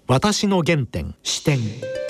私の原点視点。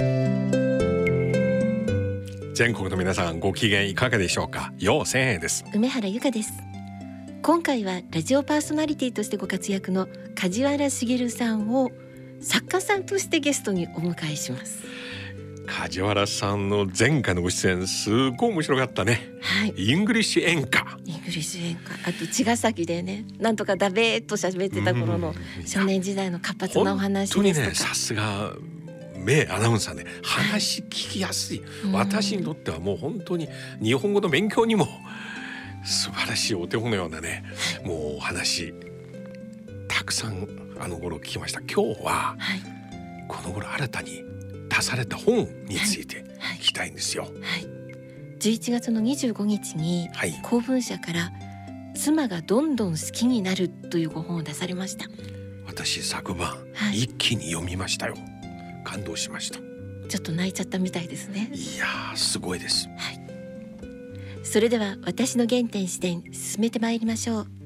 全国の皆さん、ご機嫌いかがでしょうか。陽千円です。 梅原由香です。今回はラジオパーソナリティとしてご活躍の梶原茂さんを作家さんとしてゲストにお迎えします。 梶原さんの前回のご出演すごい面白かったね、 はい、 イングリッシュ演歌、 あと茅ヶ崎でね、なんとかだべーっと喋ってた頃の少年時代の活発なお話ですとか。 本当にね、さすが名アナウンサーで、話聞きやすい、私にとってはもう本当に日本語の勉強にも素晴らしいお手本のようなね、もうお話たくさんあの頃聞きました。今日は、この頃新たに出された本について聞きたいんですよ。 11月の25日に公文社から妻がどんどん好きになるというご本を出されました。 私昨晩、一気に読みましたよ。感動しました。 ちょっと泣いちゃったみたいですね。 いやー、すごいです、 それでは私の原点視点進めてまいりましょう。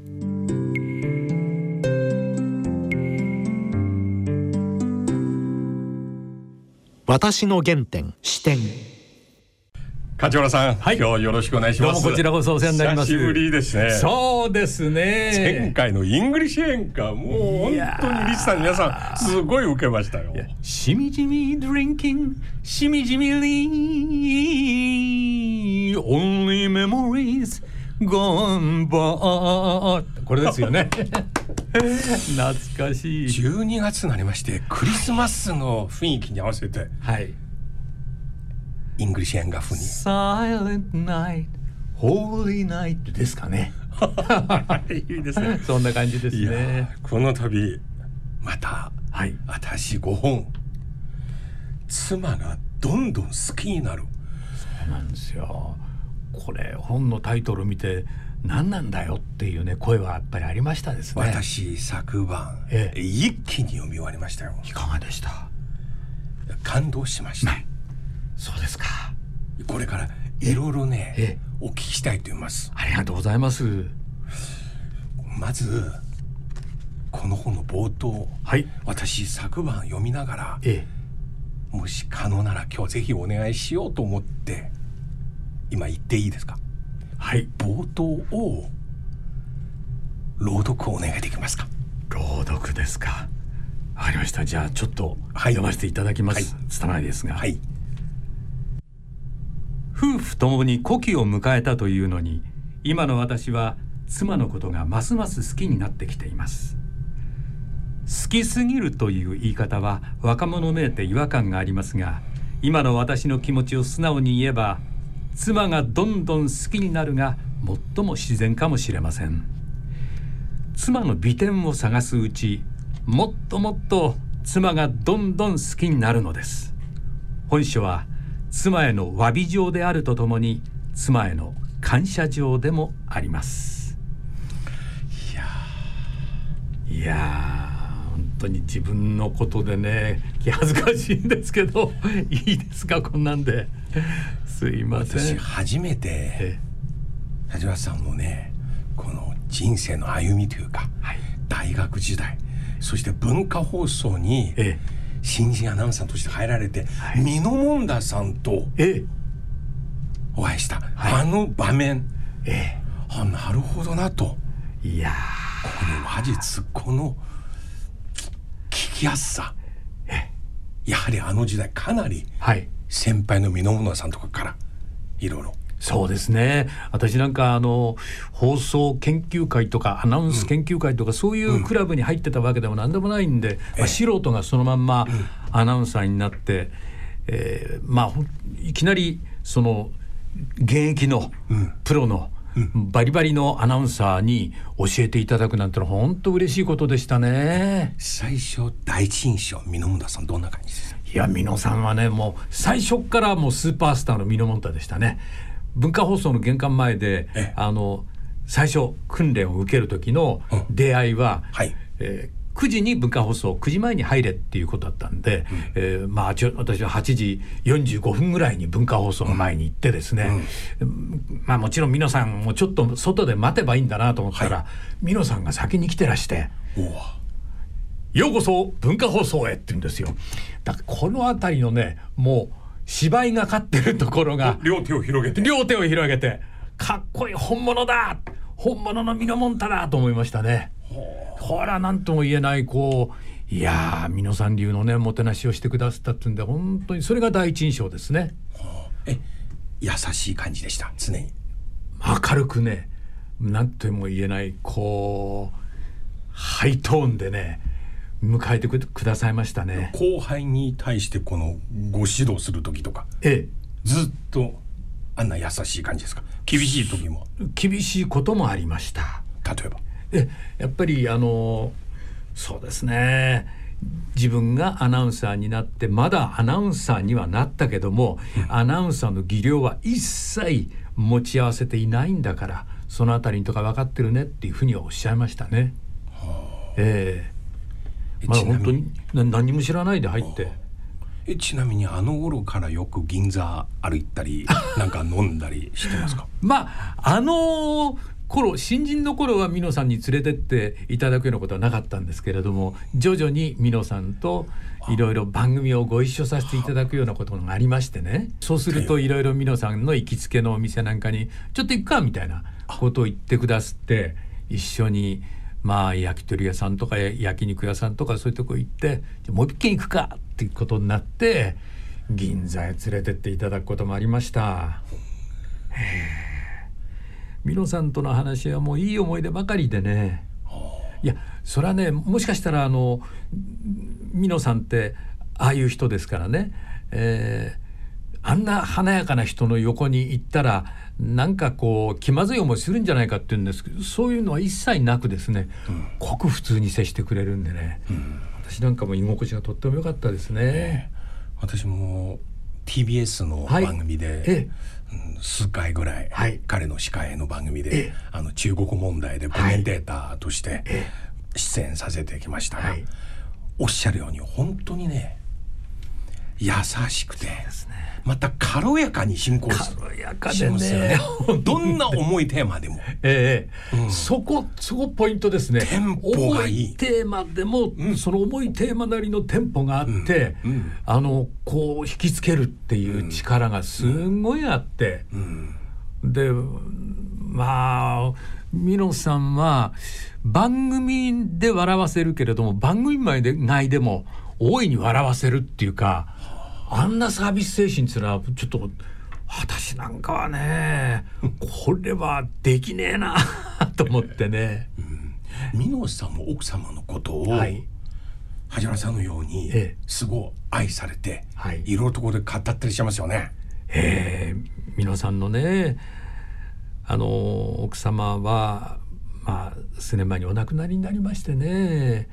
私の原点視点。 梶原さん、今日よろしくお願いします。 どうもこちらこそお世話になります。 久しぶりですね。 そうですね。 前回のイングリッシュ演歌、もう本当にリスナーの皆さんすごい受けましたよ。 しみじみドリンキング、しみじみリー Only memories gone by、 これですよね。懐かしい。 12月になりまして、クリスマスの雰囲気に合わせて、イングリッシュ演歌風に Silent night Holy night ですかね。 いいですね。 そんな感じですね。 この度また、私5本、妻がどんどん好きになる。 そうなんですよ。これ本のタイトル見て何なんだよっていうね、声はやっぱりありましたですね。 私昨晩、一気に読み終わりましたよ。 いかがでした？ 感動しました。 そうですか。 これからいろいろね、お聞きしたいと思います。 ありがとうございます。 まずこの本の冒頭、私昨晩読みながら、もし可能なら今日ぜひお願いしようと思って、今言っていいですか？冒頭を朗読をお願いできますか？ 朗読ですか。わかりました。じゃあちょっと読ませていただきます。拙いですが、夫婦ともに古希を迎えたというのに、今の私は妻のことがますます好きになってきています。好きすぎるという言い方は若者めいて違和感がありますが、今の私の気持ちを素直に言えば、妻がどんどん好きになるが最も自然かもしれません。妻の美点を探すうち、もっともっと妻がどんどん好きになるのです。本書は妻への詫び状であるとともに、妻への感謝状でもあります。いや本当に自分のことでね、気恥ずかしいんですけど、いいですか、こんなんで。すいません。 私初めて梶原さんのね、この人生の歩みというか、大学時代、そして文化放送に新人アナウンサーとして入られて、ミノモンダさんとお会いした、あの場面、なるほどなと。 いやこの話術、この聞きやすさ、やはりあの時代かなり先輩のミノモンダさんとかからいろいろ。 そうですね。私なんか放送研究会とかアナウンス研究会とか、そういうクラブに入ってたわけでも何でもないんで、素人がそのまんまアナウンサーになって、いきなりその現役のプロのバリバリのアナウンサーに教えていただくなんてのは本当嬉しいことでしたね。 最初第一印象、ミノモンダさんどんな感じですか？ いや、ミノさんはね、もう最初からもうスーパースターのミノモンダでしたね。文化放送の玄関前で最初訓練を受ける時の出会いは、9時に文化放送9時前に入れっていうことだったんで、私は8時45分ぐらいに文化放送の前に行ってですね、もちろんミノさんもちょっと外で待てばいいんだなと思ったら、ミノさんが先に来てらして、 ようこそ文化放送へって言うんですよ。だからこの辺りのね、もう芝居がかってるところが両手を広げてかっこいい、本物だ、本物のミノモンタだと思いましたね。ほらなんとも言えないこう、いやー、ミノさん流のねもてなしをしてくださったっていうんで、本当にそれが第一印象ですね。 優しい感じでした。常に明るくね、なんとも言えないこうハイトーンでね迎えてくださいましたね。 後輩に対してこのご指導する時とか、ずっとあんな優しい感じですか？厳しい時も？ 厳しいこともありました。 例えばやっぱりそうですね、自分がアナウンサーになって、まだアナウンサーにはなったけども、アナウンサーの技量は一切持ち合わせていないんだから、そのあたりにとか分かってるねっていうふうにはおっしゃいましたね。まだ本当に何も知らないで入って。 ちなみにあの頃からよく銀座歩いたりなんか飲んだりしてますか？ 頃、新人の頃はミノさんに連れてっていただくようなことはなかったんですけれども、徐々にミノさんといろいろ番組をご一緒させていただくようなことがありましてね、そうするといろいろミノさんの行きつけのお店なんかにちょっと行くかみたいなことを言ってくださって、一緒に焼き鳥屋さんとか焼肉屋さんとかそういうとこ行って、もう一軒行くかっていうことになって銀座へ連れてっていただくこともありました。ミノさんとの話はもういい思い出ばかりでね。いや、それはね、もしかしたらミノさんってああいう人ですからね、あんな華やかな人の横に行ったらなんかこう気まずい思いするんじゃないかっていうんですけど、そういうのは一切なくですね、ごく普通に接してくれるんでね、私なんかも居心地がとっても良かったですね。 私も TBS の番組で、数回ぐらい、彼の司会の番組で、中国問題でコメンテーターとして出演させてきましたが、おっしゃるように本当にね優しくて、また軽やかに進行しますよね。どんな重いテーマでも、 そこポイントですね。 テンポがいい。 重いテーマでも、その重いテーマなりのテンポがあって、こう引きつけるっていう力がすごいあって、でミノさんは番組で笑わせるけれども、番組外でも大いに笑わせるっていうか、あんなサービス精神っていうのはちょっと私なんかはねこれはできねえなと思ってね。 ミノさんも奥様のことを、梶原さんのようにすごい愛されて、いろいろところで語ったりしますよね。 ミノさんのね、奥様は数年前にお亡くなりになりましてね、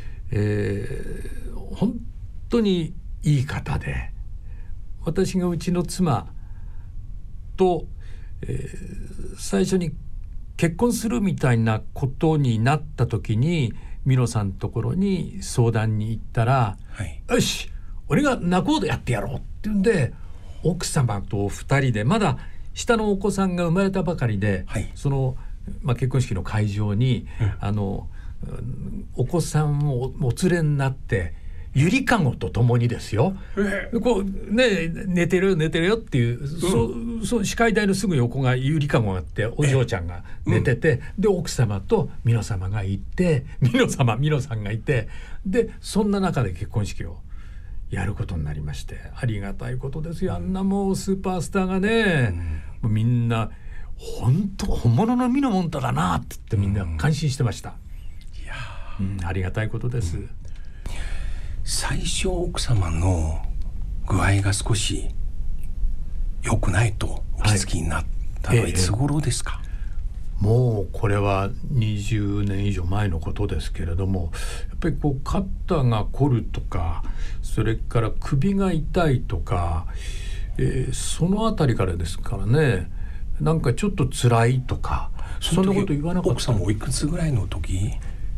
本当にいい方で、私がうちの妻と、最初に結婚するみたいなことになった時にミノさんのところに相談に行ったら、よし俺が仲人やってやろうって言うんで、奥様と2人でまだ下のお子さんが生まれたばかりで、その、結婚式の会場に、お子さんをお連れになってゆりかごとともにですよ、こうね、寝てるよっていう、そう司会台のすぐ横がゆりかごがあって、お嬢ちゃんが寝てて、で奥様とミノ様がいて、ミノさんがいて、でそんな中で結婚式をやることになりまして、ありがたいことですよ。あんなもうスーパースターがね、もうみんな本物のミノモンタだなって言ってみんな感心してました。いや、ありがたいことです。 最初奥様の具合が少し良くないとお気づきになったのはいつ頃ですか？ もうこれは20年以上前のことですけれども、やっぱりこう肩が凝るとか、それから首が痛いとか、そのあたりからですからね、なんかちょっと辛いとか、そんなこと言わなかった。 奥さんもおいくつぐらいの時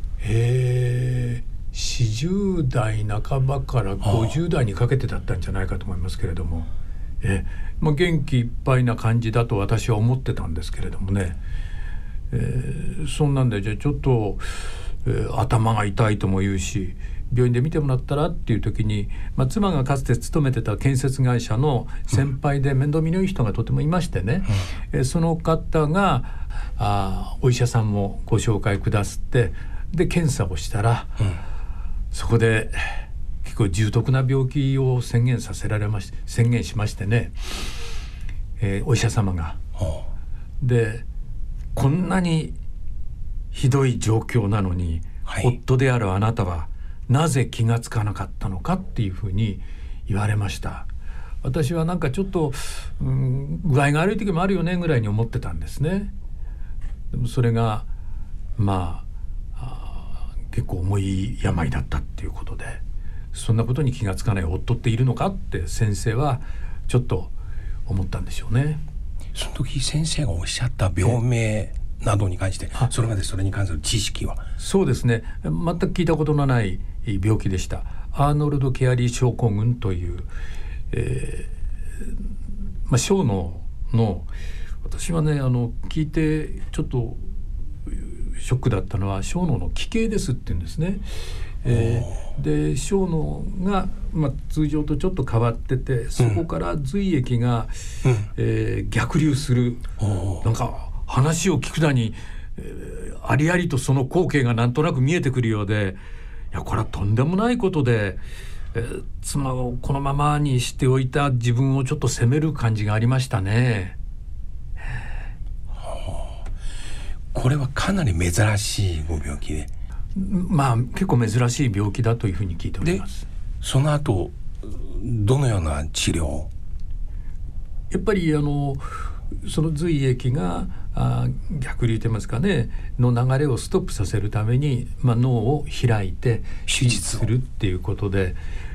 ？40代半ばから50代にかけてだったんじゃないかと思いますけれども、元気いっぱいな感じだと私は思ってたんですけれどもね、そんなんで、じゃあちょっと、 頭が痛いとも言うし、病院で見てもらったらっていう時に、妻がかつて勤めてた建設会社の先輩で面倒見のいい人がとてもいましてね、その方がお医者さんもご紹介くださって、で検査をしたら、そこで結構重篤な病気を宣言しましてね、お医者様がで、こんなにひどい状況なのに、夫であるあなたはなぜ気がつかなかったのかっていうふうに言われました。私はなんかちょっと、具合が悪い時もあるよねぐらいに思ってたんですね。でもそれが結構重い病だったっていうことで、そんなことに気がつかない夫っているのかって先生はちょっと思ったんでしょうね。 その時先生がおっしゃった病名などに関して、それまでそれに関する知識は？そうですね、 全く聞いたことのない病気でした。アーノルド・ケアリー症候群という、小脳の、私はね聞いてちょっとショックだったのは、小脳の奇形ですって言うんですね。で小脳が、通常とちょっと変わってて、そこから髄液が、逆流する、なんか話を聞くだに、ありありとその光景がなんとなく見えてくるようで、いやこれはとんでもないことで、妻をこのままにしておいた自分をちょっと責める感じがありましたね。 これはかなり珍しいご病気で、 結構珍しい病気だというふうに聞いております。 でその後どのような治療を？ やっぱりその髄液が逆流といいますかねの流れをストップさせるために、脳を開いて手術するっていうことで、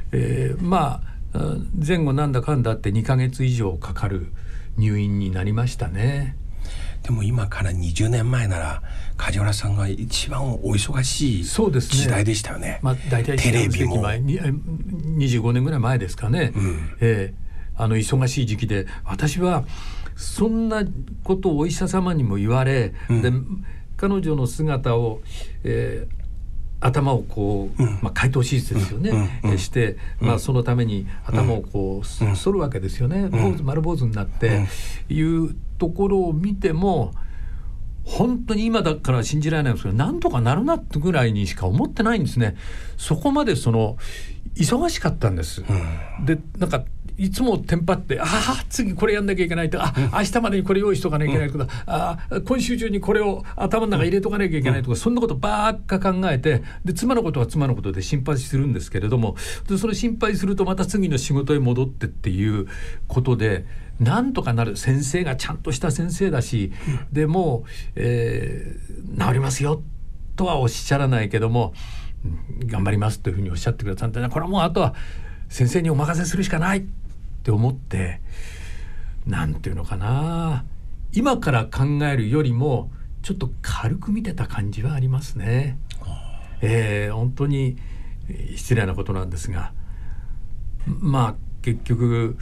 前後なんだかんだって2ヶ月以上かかる入院になりましたね。 でも今から20年前なら梶原さんが一番お忙しい時代でしたよね。 大体テレビも 25年ぐらい前ですかね。忙しい時期で、私はそんなことをお医者様にも言われ、で彼女の姿を、頭をこう、開頭手術ですよね、して、そのために頭をこう、反るわけですよね。丸坊主になって、いうところを見ても、本当に今だから信じられないんですけど、なんとかなるなってぐらいにしか思ってないんですね。そこまで忙しかったんです。でなんかいつもテンパって、次これやんなきゃいけないとか、明日までにこれ用意しとかなきゃいけないとか、今週中にこれを頭の中入れとかなきゃいけないとか、そんなことばっか考えて、で妻のことは妻のことで心配するんですけれども、でその心配するとまた次の仕事へ戻ってっていうことで、なんとかなる。先生がちゃんとした先生だし、でも治りますよとはおっしゃらないけども、頑張りますというふうにおっしゃってくださって、これはもうあとは先生にお任せするしかないって思って、なんていうのかな、今から考えるよりもちょっと軽く見てた感じはありますね。本当に失礼なことなんですが、結局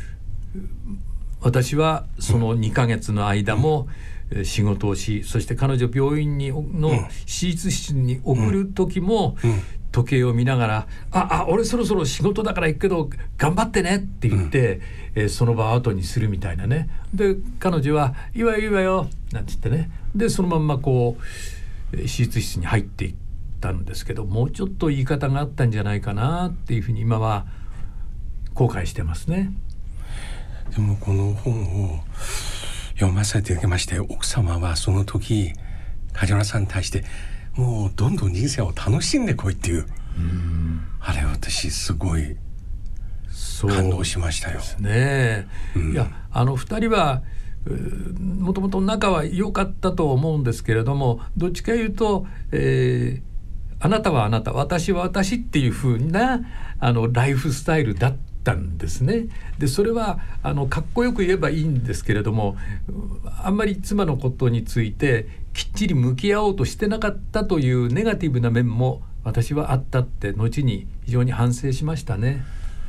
私はその2ヶ月の間も仕事をし、そして彼女病院の手術室に送る時も時計を見ながら、俺そろそろ仕事だから行くけど頑張ってねって言って、その場を後にするみたいなね。で彼女はいいわよいいわよなんて言ってね、でそのまんまこう手術室に入っていったんですけど、もうちょっと言い方があったんじゃないかなっていうふうに今は後悔してますね。 でもこの本を読ませていただきまして、奥様はその時梶原さんに対してもうどんどん人生を楽しんでこいっていう、あれ私すごい感動しましたよ。 そうですね。いや2人はもともと仲は良かったと思うんですけれども、どっちかいうと、あなたはあなた、私は私っていう風なライフスタイルだったんですね。でそれはかっこよく言えばいいんですけれども、あんまり妻のことについてきっちり向き合おうとしてなかったというネガティブな面も私はあったって後に非常に反省しましたね。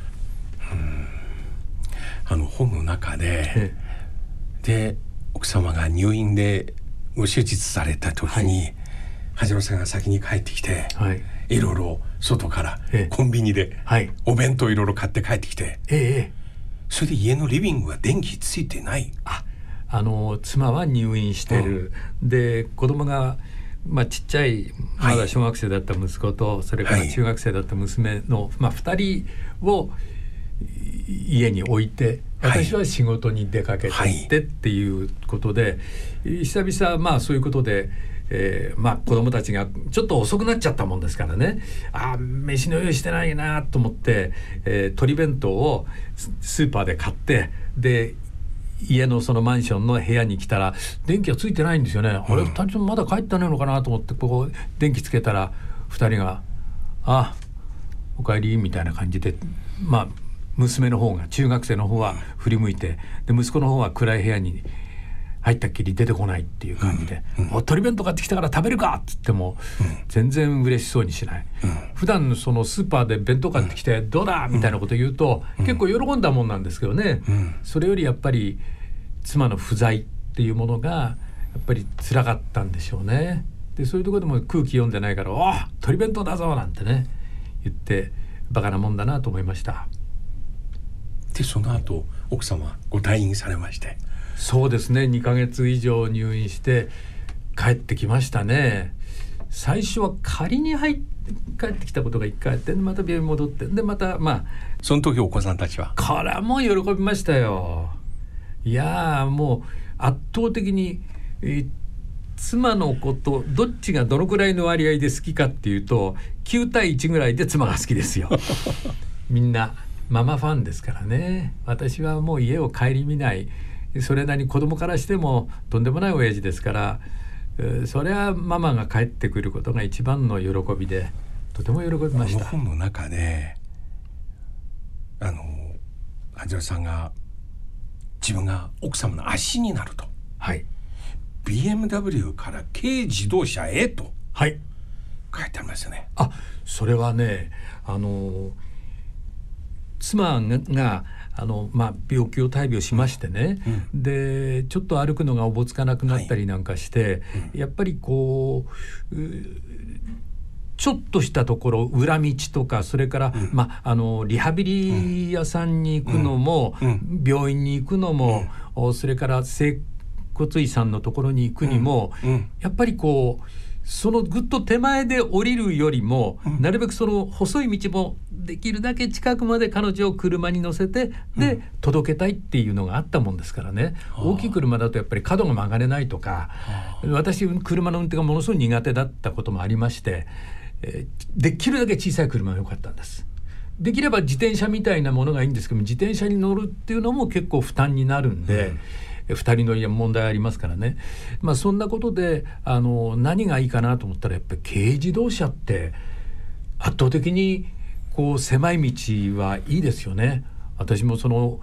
本の中で奥様が入院でご手術された時に、 梶野さんが先に帰ってきて、 はい、 いろいろ外からコンビニでお弁当いろいろ買って帰ってきて、それで家のリビングは電気ついてない。 妻は入院してる、で子供が、ちっちゃいまだ小学生だった息子と、それから中学生だった娘の、2人を家に置いて、私は仕事に出かけてってっていうことで、久々そういうことで、子供たちがちょっと遅くなっちゃったもんですからね、飯の用意してないなと思って、鶏弁当をスーパーで買って、で家のそのマンションの部屋に来たら電気がついてないんですよね。あれ2人ともまだ帰ってないのかなと思って、ここ電気つけたら2人がおかえりみたいな感じで、娘の方が、中学生の方は振り向いて、で息子の方は暗い部屋に入ったっきり出てこないっていう感じで、鶏弁当買ってきたから食べるかっつっても、全然嬉しそうにしない、普段そのスーパーで弁当買ってきてどうだみたいなこと言うと、結構喜んだもんなんですけどね、それよりやっぱり妻の不在っていうものがやっぱり辛かったんでしょうね。でそういうところでも空気読んでないから「鶏弁当だぞ」なんてね言って、バカなもんだなと思いました。 でその後奥様ご退院されまして。 そうですね、2ヶ月以上入院して帰ってきましたね。最初は仮に帰ってきたことが1回あって、また病院戻って、でまたその時お子さんたちはこれはもう喜びましたよ。いやもう圧倒的に、妻のことどっちがどのくらいの割合で好きかっていうと9対1ぐらいで妻が好きですよみんなママファンですからね。私はもう家を顧みない、それなりに子供からしてもとんでもない親父ですから、それはママが帰ってくることが一番の喜びで、とても喜びました。 本の中で梶野さんが自分が奥様の足になると、BMW から軽自動車へと書いてありますよね。 それはね、妻が病気を大病しましてね、でちょっと歩くのがおぼつかなくなったりなんかして、やっぱりこうちょっとしたところ裏道とか、それから、リハビリ屋さんに行くのも、病院に行くのも、それから整骨院さんのところに行くにも、やっぱりこうそのぐっと手前で降りるよりも、なるべくその細い道もできるだけ近くまで彼女を車に乗せて、で届けたいっていうのがあったもんですからね。大きい車だとやっぱり角が曲がれないとか、私車の運転がものすごい苦手だったこともありまして、できるだけ小さい車が良かったんです。できれば自転車みたいなものがいいんですけども、自転車に乗るっていうのも結構負担になるんで、2人乗りは問題ありますからね。そんなことで何がいいかなと思ったら、やっぱり軽自動車って圧倒的にこう狭い道はいいですよね。私もその、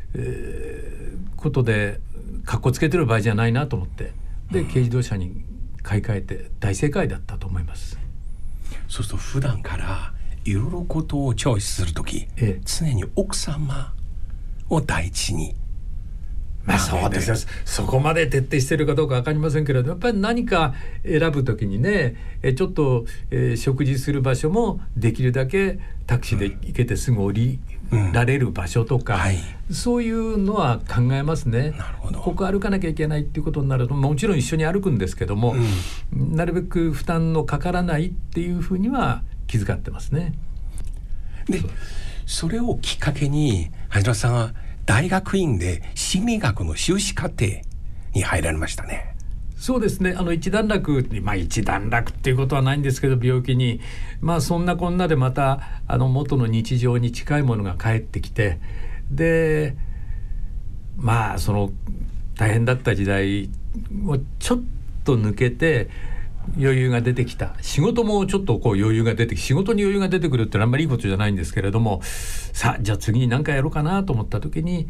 ことでかっこつけてる場合じゃないなと思って、で軽自動車に買い替えて大正解だったと思います。 そうすると普段からいろいろことをチョイスするとき、常に奥様を第一に。 そうですよ。そこまで徹底しているかどうか分かりませんけれど、やっぱり何か選ぶときにね、ちょっと、食事する場所もできるだけタクシーで行けてすぐ降りられる場所とか、そういうのは考えますね。ここ歩かなきゃいけないっていうことになると、もちろん一緒に歩くんですけども、なるべく負担のかからないっていうふうには気遣ってますね。 でそれをきっかけに橋田さんは大学院で心理学の修士課程に入られましたね。 そうですね、一段落、一段落っていうことはないんですけど、病気にそんなこんなでまた元の日常に近いものが返ってきて、でその大変だった時代をちょっと抜けて余裕が出てきた。仕事もちょっとこう余裕が出てき、仕事に余裕が出てくるってのはあんまりいいことじゃないんですけれども、さあじゃあ次に何かやろうかなと思った時に、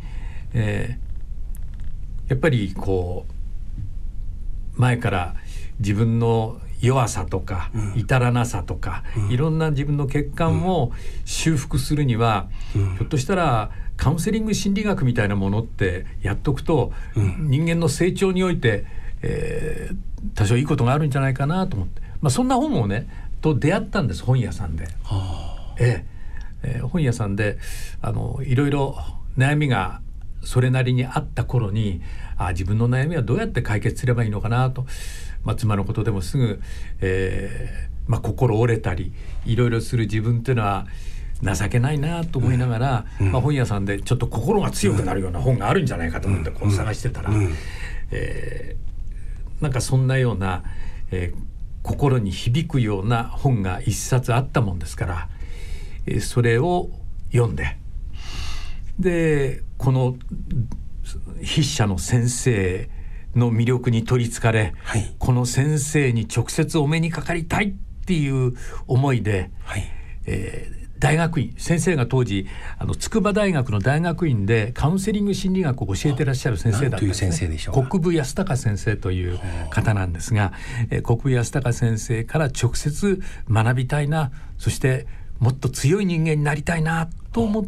やっぱりこう前から自分の弱さとか至らなさとか、いろんな自分の欠陥を修復するには、ひょっとしたらカウンセリング心理学みたいなものってやっとくと、人間の成長において多少いいことがあるんじゃないかなと思って、 そんな本をねと出会ったんです、本屋さんで。本屋さんでいろいろ悩みがそれなりにあった頃に、自分の悩みはどうやって解決すればいいのかなと、妻のことでもすぐ、心折れたりいろいろする自分っていうのは情けないなと思いながら、本屋さんでちょっと心が強くなるような本があるんじゃないかと思ってこう探してたら、なんかそんなような、心に響くような本が一冊あったもんですから、それを読んでこの筆者の先生の魅力に取りつかれ、この先生に直接お目にかかりたいっていう思いで、大学院、先生が当時筑波大学の大学院でカウンセリング心理学を教えてらっしゃる先生だったんですね。国分安隆先生という方なんですが、国分安隆先生から直接学びたいな、そしてもっと強い人間になりたいなと思って、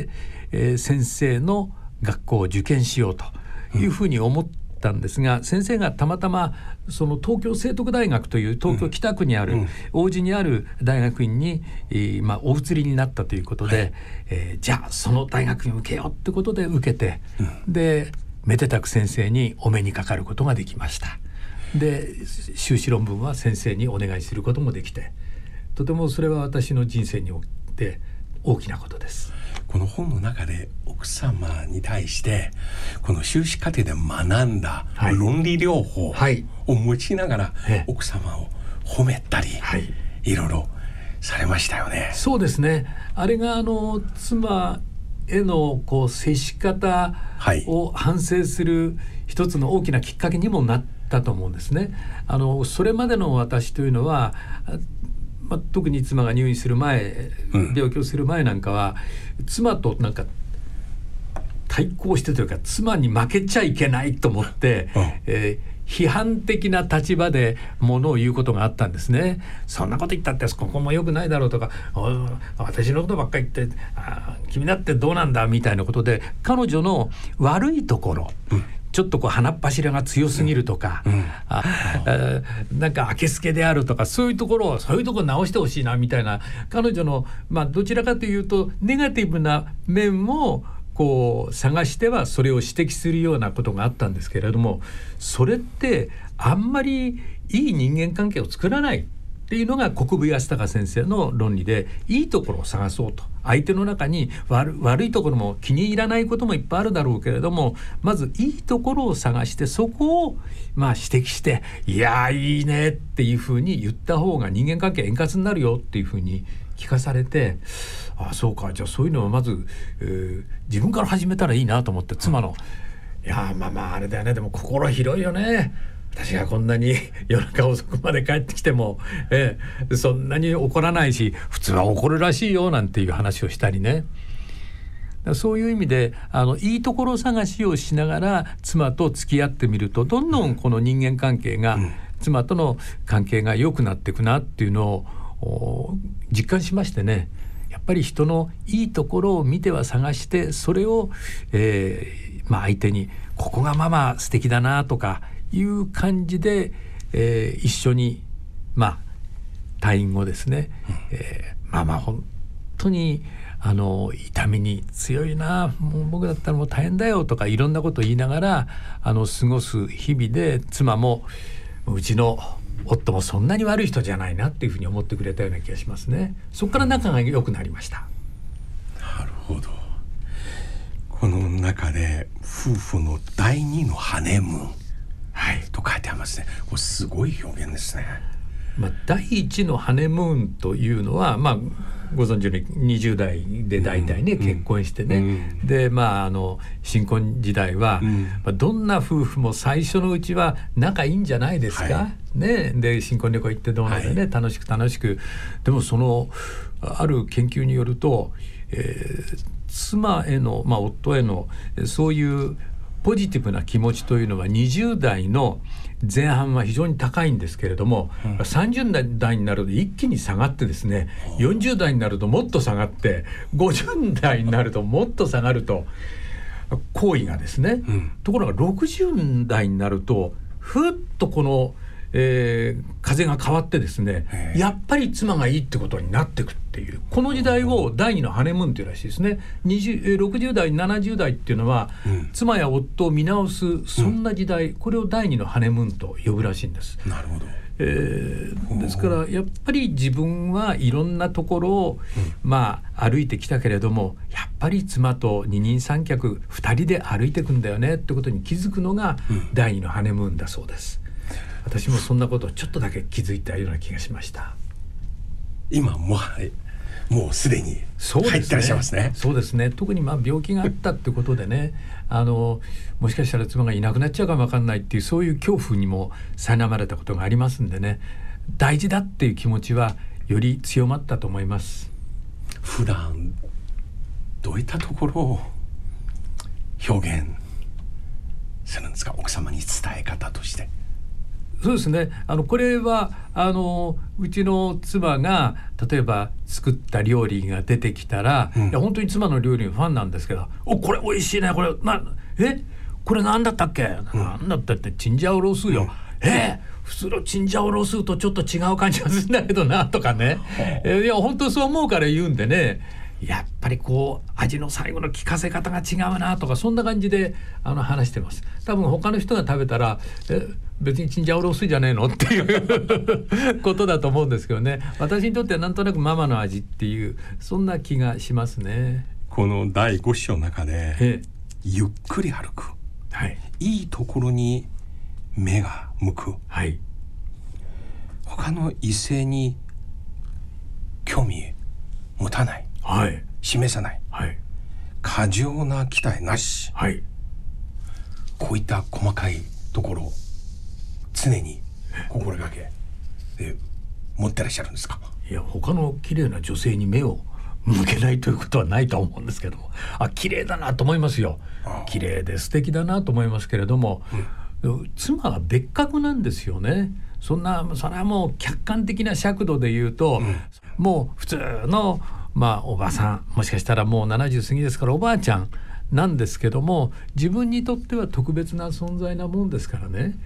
先生の学校を受験しようというふうに思ったんですが、先生がたまたまその東京聖徳大学という東京北区にある、王子にある大学院に、お移りになったということで、じゃあその大学に受けようってことで受けて、でめでたく先生にお目にかかることができました。で修士論文は先生にお願いすることもできて、とてもそれは私の人生において大きなことです。 この本の中で奥様に対してこの修士課程で学んだ論理療法を持ちながら奥様を褒めたり、いろいろされましたよね。 そうですね。あれが妻への接し方を反省する一つの大きなきっかけにもなったと思うんですね。それまでの私というのは特に妻が入院する前、病気をする前なんかは妻となんか対抗してというか、妻に負けちゃいけないと思って、批判的な立場でものを言うことがあったんですね。そんなこと言ったってここも良くないだろうとか、私のことばっかり言って君だってどうなんだみたいなことで、彼女の悪いところ、ちょっと鼻っ柱が強すぎるとか、なんかあけすけであるとか、そういうところ直してほしいなみたいな、彼女のどちらかというとネガティブな面を探してはそれを指摘するようなことがあったんですけれども、それってあんまりいい人間関係を作らないっていうのが国分安隆先生の論理で、いいところを探そうと。相手の中に悪いところも気に入らないこともいっぱいあるだろうけれども、まずいいところを探してそこを指摘して、いやいいねっていうふうに言った方が人間関係円滑になるよっていうふうに聞かされて、そうか、じゃあそういうのをまず、自分から始めたらいいなと思って、妻のいやあれだよね、でも心広いよね、私がこんなに夜中遅くまで帰ってきても、そんなに怒らないし、普通は怒るらしいよなんていう話をしたりね。そういう意味でいいところ探しをしながら妻と付き合ってみると、どんどんこの人間関係が、妻との関係が良くなっていくなっていうのを実感しましてね。やっぱり人のいいところを見ては探して、それを、相手にここがママ素敵だなとかいう感じで、一緒に退院後ですね、本当に痛みに強いな、もう僕だったらもう大変だよとかいろんなことを言いながら過ごす日々で、妻もうちの夫もそんなに悪い人じゃないなっていうふうに思ってくれたような気がしますね。そこから仲が良くなりました。 なるほど。この中で夫婦の第二のハネムーン、と書いてありますね。これすごい表現ですね。 第一のハネムーンというのは、ご存知のように20代で大体ね、結婚してね、で新婚時代は、どんな夫婦も最初のうちは仲いいんじゃないですか、で新婚旅行行ってどうなんでね、楽しくでもある研究によると、妻への、夫へのそういうポジティブな気持ちというのは20代の前半は非常に高いんですけれども、30代になると一気に下がってですね、40代になるともっと下がって、50代になるともっと下がると、行為がですね、ところが60代になるとふっとこの、 風が変わってですね、やっぱり妻がいいってことになっていくっていう、この時代を第二のハネムーンというらしいですね。60代70代っていうのは、妻や夫を見直すそんな時代、これを第二のハネムーンと呼ぶらしいんです。 なるほど。 ですからやっぱり自分はいろんなところを、歩いてきたけれども、やっぱり妻と二人三脚2人で歩いていくんだよねってことに気づくのが第二のハネムーンだそうです。私もそんなことをちょっとだけ気づいたような気がしました。 今もうすでに入ってらっしゃいますね。 そうですね。特に病気があったってことでねもしかしたら妻がいなくなっちゃうかも分かんないっていう、そういう恐怖にも苛まれたことがありますんでね、大事だっていう気持ちはより強まったと思います。 普段どういったところを表現するんですか、奥様に伝え方として。 そうですね。これはうちの妻が例えば作った料理が出てきたら、いや本当に妻の料理のファンなんですけど、これ美味しいね、これこれ何だったっけ、何だったってチンジャオロースーよ、普通のチンジャオロースーとちょっと違う感じがするんだけどなとかね、いや本当そう思うから言うんでね、やっぱり味の最後の効かせ方が違うなとか、そんな感じで話してます。多分他の人が食べたら別にチンジャオロースーじゃねえのっていうことだと思うんですけどね、私にとってはなんとなくママの味っていうそんな気がしますね。 この第5章の中で、ゆっくり歩く、いいところに目が向く、他の異性に興味持たない、示さない、過剰な期待なし、こういった細かいところを常に心がけで持ってらっしゃるんですか。 いや他の綺麗な女性に目を向けないということはないと思うんですけども、綺麗だなと思いますよ。綺麗で素敵だなと思いますけれども、妻は別格なんですよね。それはもう客観的な尺度で言うと、もう普通のおばさん、もしかしたらもう70過ぎですからおばあちゃんなんですけども、自分にとっては特別な存在なもんですからね、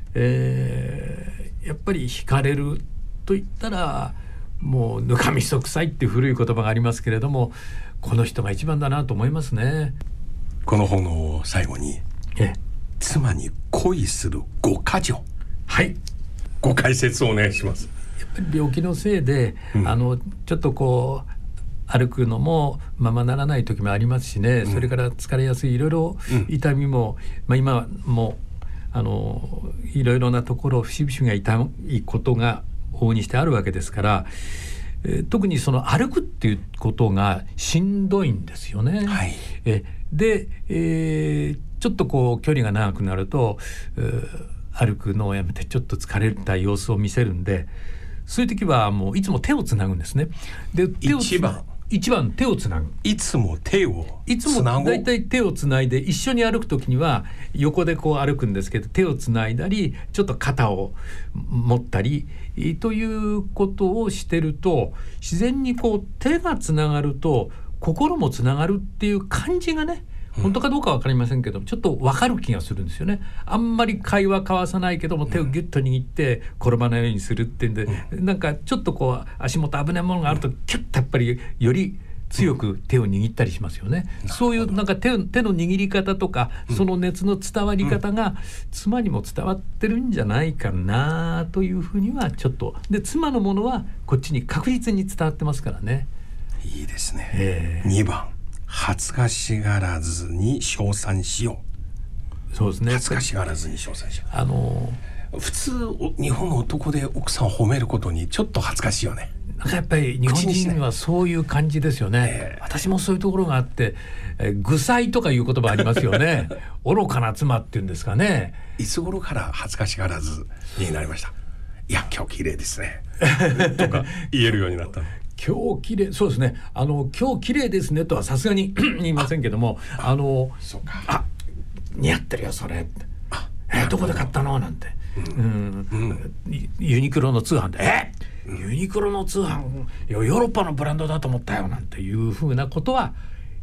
やっぱり惹かれると言ったらもうぬかみそ臭いっていう古い言葉がありますけれども、この人が一番だなと思いますね。 この本の最後に、妻に恋する5か条、ご解説をお願いします。 やっぱり病気のせいで、ちょっと歩くのもままならない時もありますしね、それから疲れやすいいろいろ痛みも、今もいろいろなところ節々が痛いことが往々にしてあるわけですから、特にその歩くっていうことがしんどいんですよね。で、ちょっと距離が長くなると歩くのをやめてちょっと疲れた様子を見せるんで、そういう時はもういつも手をつなぐんですね。で一番手をつなぐ、 いつも手をつなぐ、 だいたい手をつないで一緒に歩くときには横で歩くんですけど、手をつないだりちょっと肩を持ったりということをしてると、自然に手がつながると心もつながるっていう感じがね、本当かどうかは分かりませんけど、ちょっと分かる気がするんですよね。あんまり会話交わさないけども手をギュッと握って転ばないようにするっていうんで、なんかちょっと足元危ないものがあるとキュッとやっぱりより強く手を握ったりしますよね。そういうなんか手の握り方とか、その熱の伝わり方が妻にも伝わってるんじゃないかなというふうにはちょっと、で妻のものはこっちに確実に伝わってますからね。 いいですね。2番、恥ずかしがらずに称賛しよう。 そうですね。 恥ずかしがらずに称賛しよう。普通日本の男で奥さんを褒めることにちょっと恥ずかしいよね。 なんかやっぱり日本人はそういう感じですよね。私もそういうところがあって、愚才とかいう言葉ありますよね。愚かな妻っていうんですかね。 いつ頃から恥ずかしがらずになりました？いや今日綺麗ですねとか言えるようになったの。 今日綺麗、そうですね。今日綺麗ですねとはさすがに言いませんけども、 そうか、 似合ってるよそれ。どこで買ったのなんて、ユニクロの通販でユニクロの通販ヨーロッパのブランドだと思ったよなんていうふうなことは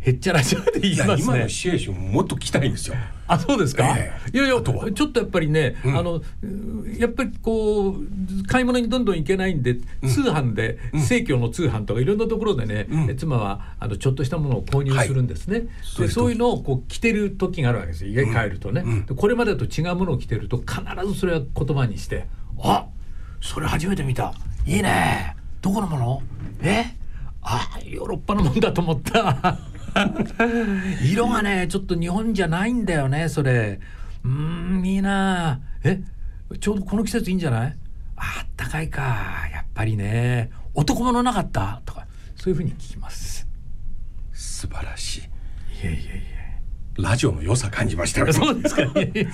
へっちゃらちゃらで言いますね。 今のシチュエーションもっと聞きたいんですよ。 あ、そうですか。いやいや、 あとはちょっとやっぱりね、やっぱりこう買い物にどんどん行けないんで、通販で、生協の通販とかいろんなところでね、妻はちょっとしたものを購入するんですね。でそういうのをこう着てる時があるわけですよ。家帰るとね、でこれまでと違うものを着てると必ずそれは言葉にして、あ、それ初めて見た、いいね、どこのもの、ヨーロッパのもんだと思った色がねちょっと日本じゃないんだよね、それ。いいな。ちょうどこの季節いいんじゃない。あったかいか、やっぱりね。男物なかったとか、そういうふうに聞きます。 素晴らしい。 いえラジオの良さ感じましたよ。 そうですか。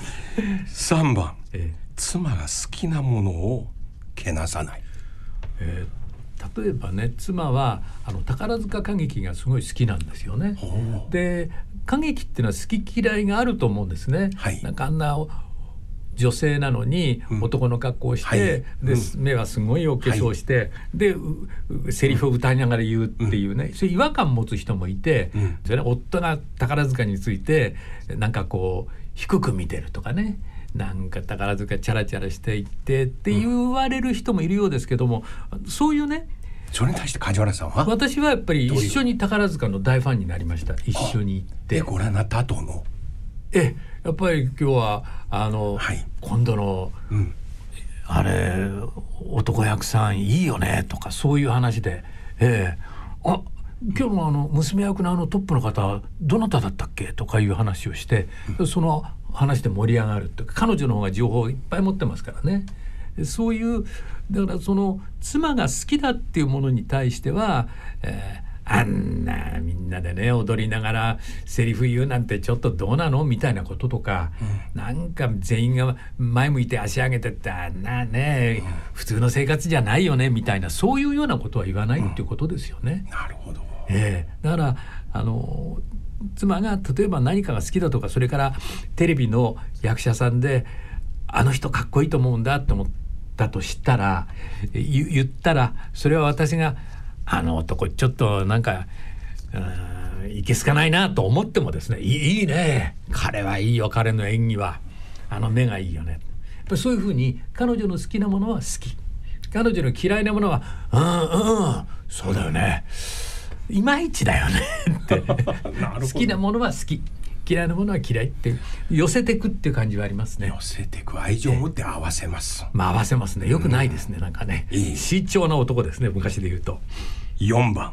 3番、妻が好きなものをけなさない。 例えばね、妻は宝塚歌劇がすごい好きなんですよね。で歌劇っていうのは好き嫌いがあると思うんですね。なんかあんな女性なのに男の格好をして、で目はすごいお化粧して、でセリフを歌いながら言うっていうね、そういう違和感を持つ人もいて、それ夫が宝塚についてなんかこう低く見てるとかね、なんか宝塚チャラチャラしていってって言われる人もいるようですけども、そういうね、 それに対して梶原さんは。 私はやっぱり一緒に宝塚の大ファンになりました。一緒に行ってご覧になった後のやっぱり今日は今度の、あれ男役さんいいよねとか、そういう話で、今日の娘役のトップの方どなただったっけとかいう話をして、その話で盛り上がるって、彼女の方が情報をいっぱい持ってますからね。そういうだからその妻が好きだっていうものに対しては、あんなみんなでね踊りながらセリフ言うなんてちょっとどうなのみたいなこととか、なんか全員が前向いて足上げてってあんなね、普通の生活じゃないよねみたいな、そういうようなことは言わないっていうことですよね。 なるほど。 だから妻が例えば何かが好きだとか、それからテレビの役者さんであの人かっこいいと思うんだって思ったとしたら、言ったら、それは私があの男ちょっとなんかいけすかないなと思ってもですね、いいね、彼はいいよ、彼の演技は目がいいよね、やっぱりそういうふうに彼女の好きなものは好き、彼女の嫌いなものはそうだよね、いまいちだよねって好きなものは好き、嫌いなものは嫌いって寄せてくっていう感じはありますね。 寄せてく、愛情を持って合わせます。 合わせますね。よくないですね、なんかね、慎重な男ですね、昔で言うと。 4番、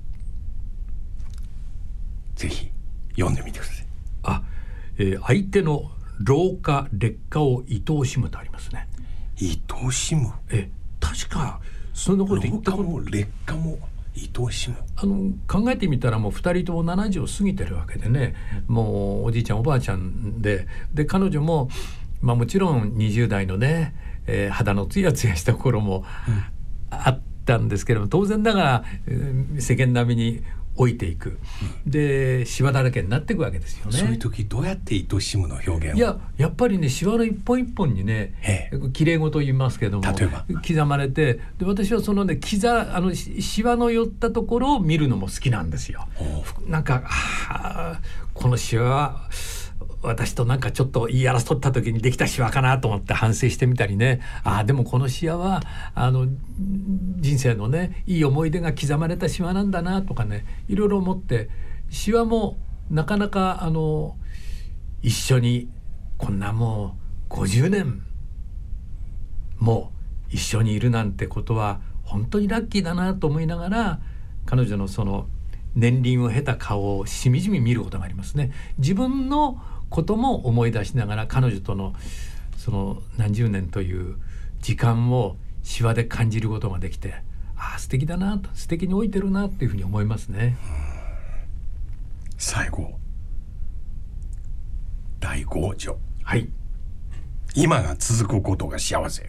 ぜひ読んでみてください。 相手の老化劣化を愛おしむとありますね。 愛おしむ。 確かそんなこと言ったこと。 老化も劣化も愛おしむ。 考えてみたらもう2人とも70を過ぎてるわけでね、もうおじいちゃんおばあちゃんで彼女も、もちろん20代のね、肌のツヤツヤした頃もあったんですけども、当然ながら、世間並みに老いていく、でシワだらけになっていくわけですよね。 そういう時どうやって愛おしむの表現を。 やっぱりね、シワの一本一本にね、綺麗事言いますけども、 例えば刻まれて、で私はそのねシワの寄ったところを見るのも好きなんですよ。なんかこのシワは私となんかちょっと言い争った時にできたシワかなと思って反省してみたりね、でもこのシワは人生のねいい思い出が刻まれたシワなんだなとかね、いろいろ思って、シワもなかなか一緒にこんなもう50年も一緒にいるなんてことは本当にラッキーだなと思いながら、彼女のその年輪を経た顔をしみじみ見ることがありますね。自分のことも思い出しながら、彼女とのその何十年という時間をシワで感じることができて、素敵だなと、素敵に老いてるなっていうふうに思いますね。 最後、第5条。今が続くことが幸せ。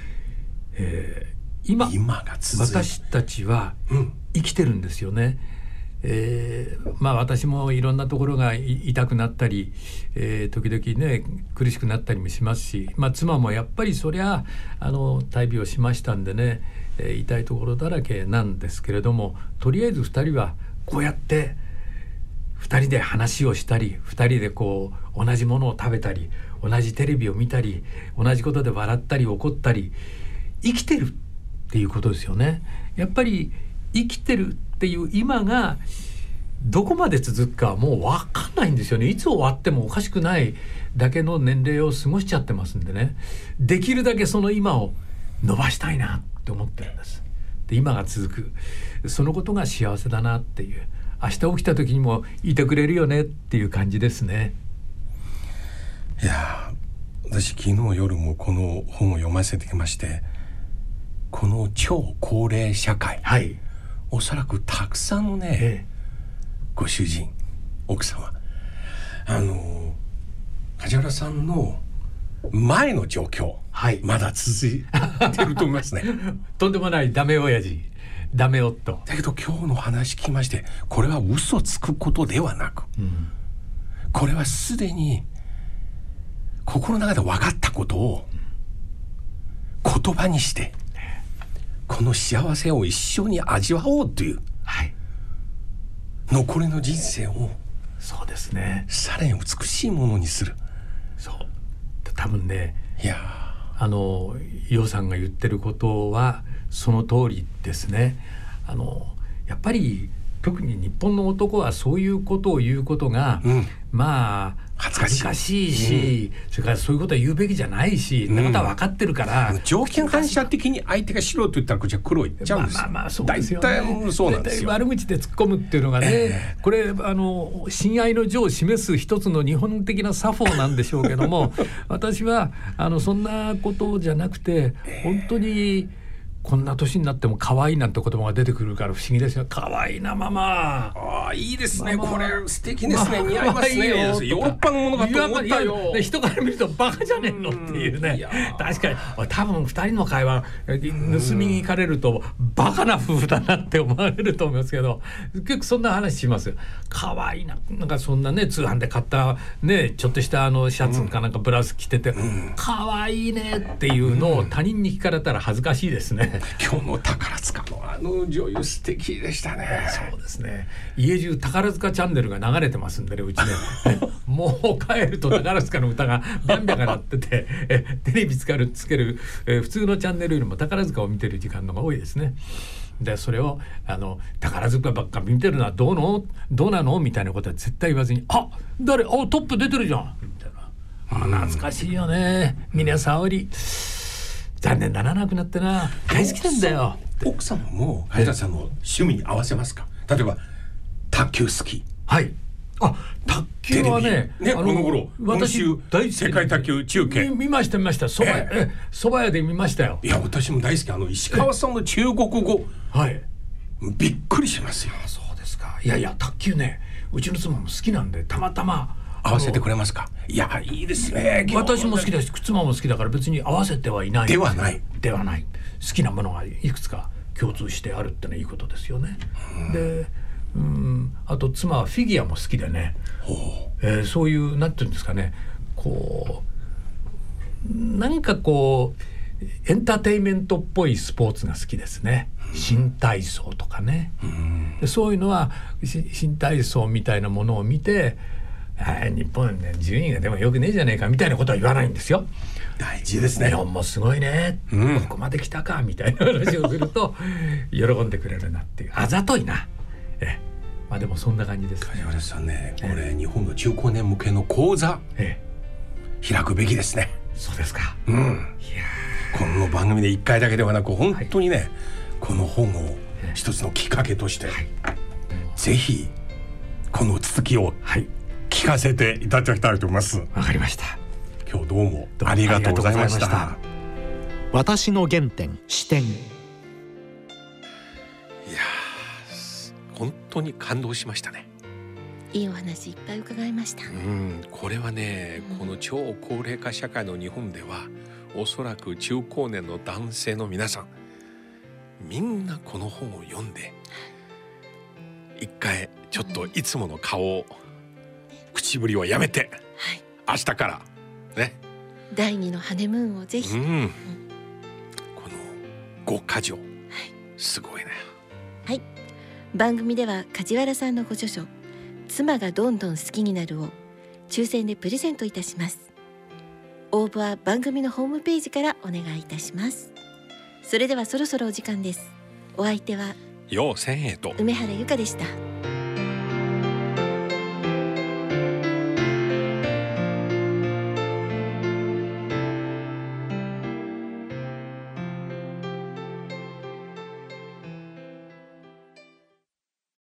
今が続く。 私たちは生きてるんですよね。私もいろんなところが痛くなったり、時々ね苦しくなったりもしますし、妻もやっぱりそりゃ大病しましたんでね、痛いところだらけなんですけれども、とりあえず2人はこうやって 2人で話をしたり、2人でこう同じものを食べたり、同じテレビを見たり、同じことで笑ったり怒ったり、生きてるっていうことですよね。やっぱり生きてるっていう今がどこまで続くかはもう分かんないんですよね。いつ終わってもおかしくないだけの年齢を過ごしちゃってますんでね、できるだけその今を伸ばしたいなって思ってるんです。で今が続く、そのことが幸せだなっていう、明日起きた時にもいてくれるよねっていう感じですね。 いや私昨日夜もこの本を読ませてきまして、この超高齢社会、 はい、 おそらくたくさんのね、ご主人奥様梶原さんの前の状況、 はい、 まだ続いてると思いますねとんでもないダメ親父、ダメ夫だけど今日の話聞きまして、これは嘘つくことではなく、これはすでに心の中で分かったことを言葉にしてこの幸せを一緒に味わおうという、 はい、 残りの人生をそうですね、 さらに美しいものにする。 そう多分ね、 いや陽さんが言ってることはその通りですね。やっぱり特に日本の男はそういうことを言うことが、まあ恥ずかしいし、それからそういうことは言うべきじゃないし、そんなことは分かってるから、 条件反射的に相手が白と言ったらこっちは黒いっちゃうんですよ。 まあそうですよね。 大体そうなんですよ。 悪口で突っ込むっていうのがね、これ親愛の情を示す一つの日本的な作法なんでしょうけども私はそんなことじゃなくて、本当にこんな年になっても可愛いなんて言葉が出てくるから不思議ですよ。可愛いなママ。 いいですね。これ素敵ですね。似合いますね。ヨーロッパのものかと思ったよ。 人から見るとバカじゃねえのっていうね。確かに多分2人の会話盗みに行かれるとバカな夫婦だなって思われると思いますけど、結構そんな話します。可愛いな、なんかそんなね通販で買ったねちょっとしたシャツかなんかブラウス着てて、可愛いねっていうのを他人に聞かれたら恥ずかしいですね。 今日の宝塚の女優素敵でしたね。 そうですね。家中宝塚チャンネルが流れてますんでね、うちねもう帰ると宝塚の歌がビャンビャンが鳴っててテレビつける、普通のチャンネルよりも宝塚を見てる時間のが多いですね。でそれを宝塚ばっか見てるのはどうなのみたいなことは絶対言わずに、誰トップ出てるじゃんみたいな、懐かしいよね峰沙織、残念だな、なくなってな、大好きなんだよ。 奥様も梶原さんの趣味に合わせますか？例えば卓球好き。 はい。卓球はね、 この頃私大好き、 世界卓球中継見ました。蕎麦屋で見ましたよ。 いや私も大好き。石川さんの中国語、びっくりしますよ。 そうですか。いや卓球ね、うちの妻も好きなんでたまたま合わせてくれますか？いやいいですね。 私も好きだし妻も好きだから別に合わせてはいないではない。 好きなものがいくつか共通してあるってのはいいことですよね。であと妻はフィギュアも好きでね、そういうなんていうんですかね、こう何かこうエンターテインメントっぽいスポーツが好きですね。新体操とかね、でそういうのは新体操みたいなものを見て、日本ね順位がでもよくねえじゃねえかみたいなことは言わないんですよ。 大事ですね。 日本もすごいね、ここまで来たかみたいな話をすると喜んでくれるなっていう、あざといな。でもそんな感じです。 梶原さんね、これ日本の中高年向けの講座、開くべきですね。 そうですか。 いやこの番組で1回だけではなく本当にね、この本を一つのきっかけとして、ぜひこの続きを聞かせていただきたいと思います。 わかりました。 今日どうもありがとうございました。 私の原点視点。 本当に感動しましたね。 いいお話いっぱい伺いました。 これはね、この超高齢化社会の日本ではおそらく中高年の男性の皆さんみんなこの本を読んで一回ちょっといつもの顔を、口ぶりをやめて、明日からね第二のハネムーンをぜひ、この 5か条、すごいね。 番組では梶原さんのご著書妻がどんどん好きになるを抽選でプレゼントいたします。応募は番組のホームページからお願いいたします。それではそろそろお時間です。お相手はよう千円と梅原由香でした。